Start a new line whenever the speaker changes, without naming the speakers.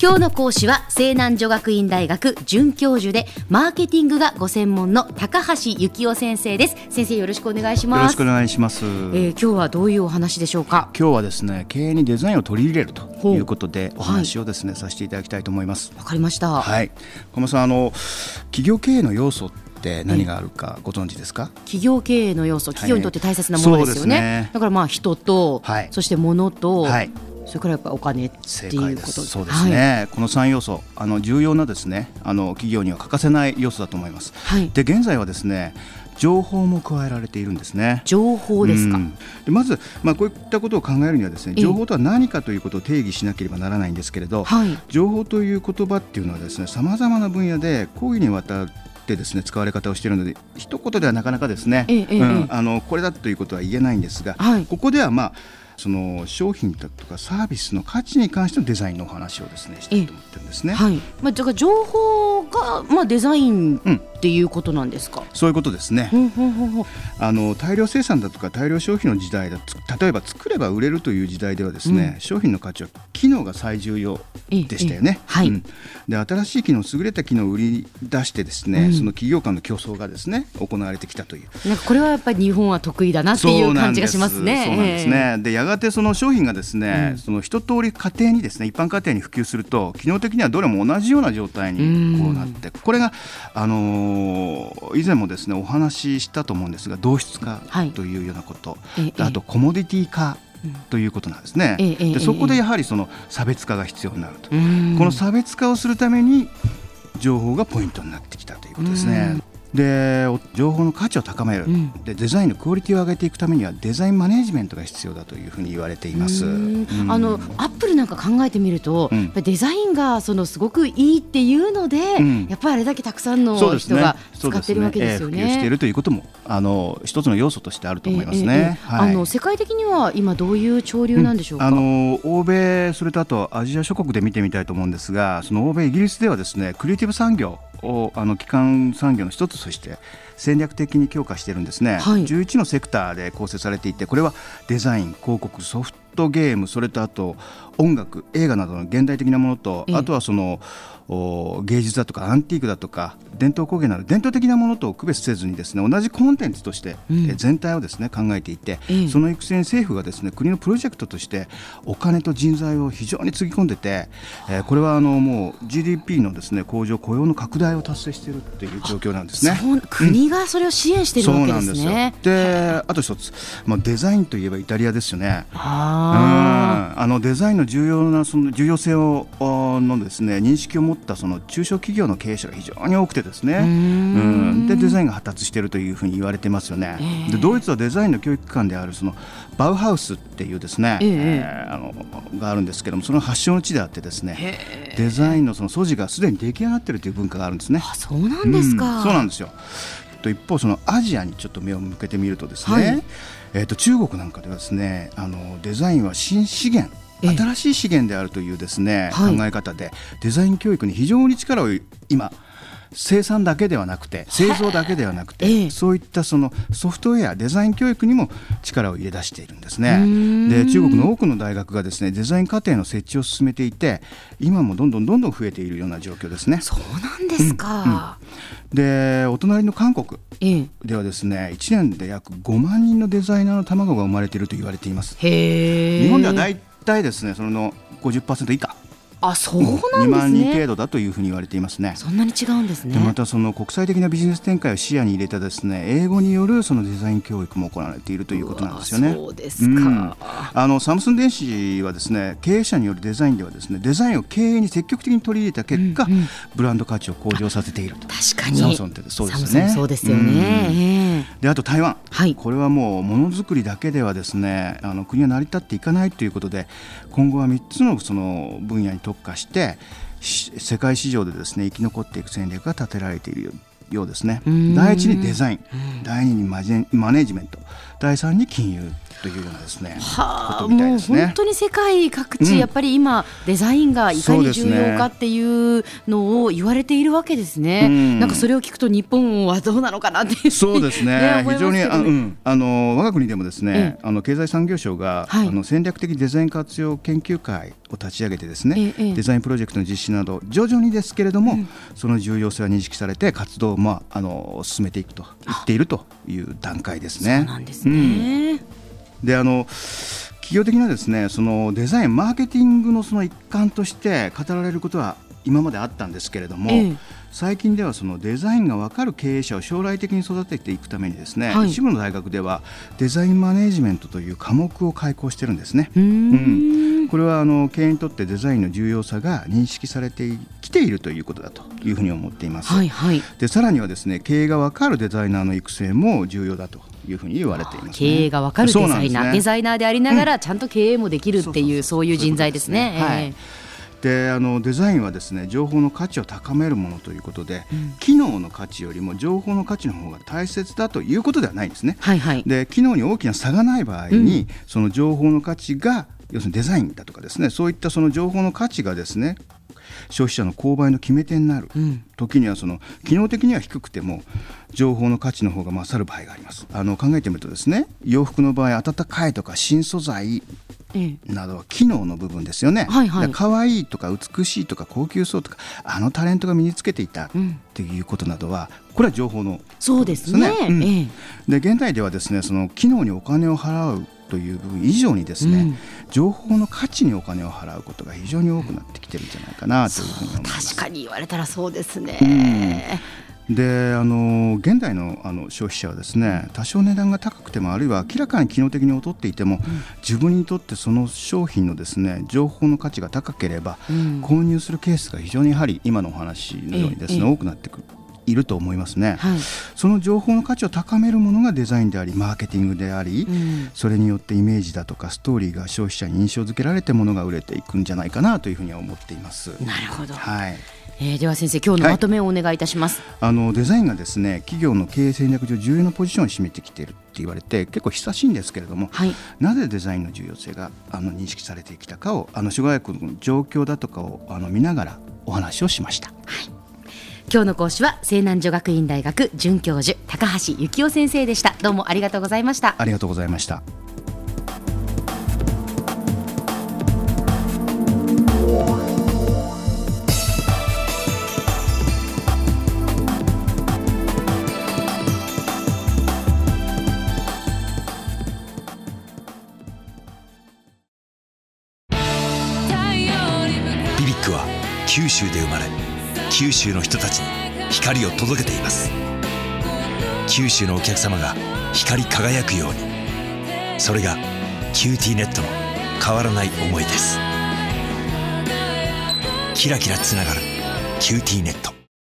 今日の講師は西南女学院大学准教授でマーケティングがご専門の高橋幸夫先生です。先生、よろしくお願いします。
よろしくお願いします。
今日はどういうお話でしょうか。
今日はですね、経営にデザインを取り入れるということでお話をですね、させていただきたいと思います。
わかりました。
はい。小間さん、企業経営の要素って何があるかご存知ですか。
企業経営の要素、企業にとって大切なものですよね。だから人と、そして物と、それからやっぱお金っていうこと。
そうですね、この3要素、重要なですね、企業には欠かせない要素だと思います。で、現在はですね、情報も加えられているんですね。
情報ですか。
でまず、こういったことを考えるにはですね、情報とは何かということを定義しなければならないんですけれど、情報という言葉っていうのはですね、さまざまな分野で広義にわたってですね、使われ方をしているので、一言ではなかなかですね、これだということは言えないんですが、ここではその商品だとかサービスの価値に関してのデザインのお話をですね、したいと思ってるんですね。
だから情報が、デザインっていうことなんですか。
そういうことですね。大量生産だとか大量消費の時代だと、例えば作れば売れるという時代ではですね、商品の価値は機能が最重要でしたよね。で、新しい機能、優れた機能を売り出してですね、その企業間の競争がですね、行われてきたという、
これはやっぱり日本は得意だなっていう感じがしますね。
そうなんですね。で、やがてその商品がですね、その一通り家庭にですね、一般家庭に普及すると、機能的にはどれも同じような状態にこうなって、これが以前もですねお話ししたと思うんですが、同質化というようなこと、あとコモディティ化ということなんですね。で、そこでやはりその差別化が必要になると。この差別化をするために情報がポイントになってきたということですね。で、情報の価値を高める、でデザインのクオリティを上げていくためにはデザインマネジメントが必要だというふうに言われています。ア
ップルなんか考えてみると、デザインがすごくいいっていうので、やっぱりあれだけたくさんの人が使ってるわけですよね。
普及しているということも一つの要素としてあると思いますね。
世界的には今どういう潮流なんでしょうか。
欧米、それとあとアジア諸国で見てみたいと思うんですが、その欧米イギリスではですね、クリエイティブ産業を基幹産業の一つとして戦略的に強化しているんですね。11のセクターで構成されていて、これはデザイン、広告、ソフトゲーム、それとあと音楽、映画などの現代的なものと、あとはその芸術だとかアンティークだとか伝統工芸など伝統的なものと区別せずにですね、同じコンテンツとして全体をですね考えていて、その育成に政府がですね国のプロジェクトとしてお金と人材を非常につぎ込んでて、これはもう GDP のですね向上、雇用の拡大を達成しているという状況なんですね。
国がそれを支援しているわけですね。
そうなんですよ。で、あと一つ、デザインといえばイタリアですよね。デザインの重要なその重要性をのですね認識を持ったその中小企業の経営者が非常に多くてですね、でデザインが発達しているというふうに言われてますよね。で、ドイツはデザインの教育機関であるそのバウハウスっていうですね、があるんですけども、その発祥の地であってですね、デザインのその素地がすでに出来上がっているという文化があるんですね。
そうなんですか。
そうなんですよ。一方、そのアジアにちょっと目を向けてみるとですね、中国なんかではですね、デザインは新資源、新しい資源であるというですね、考え方でデザイン教育に非常に力を今生産だけではなくて製造だけではなくて、そういったそのソフトウェアデザイン教育にも力を入れ出しているんですね。で、中国の多くの大学がですねデザイン課程の設置を進めていて、今もどんどん増えているような状況ですね。
そうなんですか。
で、お隣の韓国ではですね、1年で約5万人のデザイナーの卵が生まれていると言われています。日本ではだいたいですねその 50% 以下、
そうなんですね。
2万人程度だというふうに言われていますね。
そんなに違うんですね。
で、またその国際的なビジネス展開を視野に入れたですね英語によるそのデザイン教育も行われているということなんですよね。
そうですか。
サムスン電子はですね経営者によるデザインではですねデザインを経営に積極的に取り入れた結果、ブランド価値を向上させていると。
確かに
サムソンってそうですよね。
そうですよね。
で、あと台湾、これはもうものづくりだけではですね国は成り立っていかないということで、今後は3つのその分野に特化して世界市場でですね生き残っていく戦略が立てられているようですね。第一にデザイン、第二にマネジメント、第三に金融というようなですね、ことみたいですね。
もう本当に世界各地、やっぱり今デザインがいかに重要かっていうのを言われているわけですね。なんかそれを聞くと日本はどうなのかなっていう
そうですね非常に我が国でもですね、経済産業省が、戦略的デザイン活用研究会を立ち上げてですね、デザインプロジェクトの実施など徐々にですけれども、その重要性は認識されて活動を進めていくと言っているという段階ですね。
そうなんですね。
で企業的なですね、そのデザインマーケティングのその一環として語られることは今まであったんですけれども、最近ではそのデザインが分かる経営者を将来的に育てていくためにですね、一部の大学ではデザインマネジメントという科目を開講してるんですね。これは経営にとってデザインの重要さが認識されてきているということだというふうに思っています。でさらにはですね、経営が分かるデザイナーの育成も重要だというふうに言われています、ね。
経営が分かるデザイナー、デザイナーでありながらちゃんと経営もできるっていう、そういう人材ですね。
でデザインはですね、情報の価値を高めるものということで、機能の価値よりも情報の価値の方が大切だということではないんですね。で機能に大きな差がない場合に、その情報の価値が要するにデザインだとかですね、そういったその情報の価値がですね、消費者の購買の決め手になる、時にはその機能的には低くても情報の価値の方が勝る場合があります。考えてみるとですね、洋服の場合暖かいとか新素材などは機能の部分ですよね。可愛いとか美しいとか高級そうとかタレントが身につけていたっていうことなどは、これは情報の
そうですね。
で現代ではですね、その機能にお金を払うという部分以上にですね、情報の価値にお金を払うことが非常に多くなってきてるんじゃないかなというふうに思います。
確かに言われたらそうですね。
で現代の消費者はですね、多少値段が高くてもあるいは明らかに機能的に劣っていても、自分にとってその商品のですね情報の価値が高ければ、購入するケースが非常にやはり今のお話のようにですね、多くなっていると思いますね。その情報の価値を高めるものがデザインでありマーケティングであり、それによってイメージだとかストーリーが消費者に印象付けられてものが売れていくんじゃないかなというふうには思っています。
なるほど。では先生、今日のまとめをお願いいたします。
デザインがですね、企業の経営戦略上重要なポジションを占めてきているって言われて結構久しいんですけれども、なぜデザインの重要性が認識されてきたかを諸外国の状況だとかを見ながらお話をしました。
今日の講師は西南女学院大学准教授高橋幸雄先生でした。どうもありがとうございました。
ありがとうございました。
ビビックは九州で生まれ、九州の人たちに光を届けています。九州のお客様が光り輝くように、それがキューティーネットの変わらない思いです。キラキラつながるキューティーネット。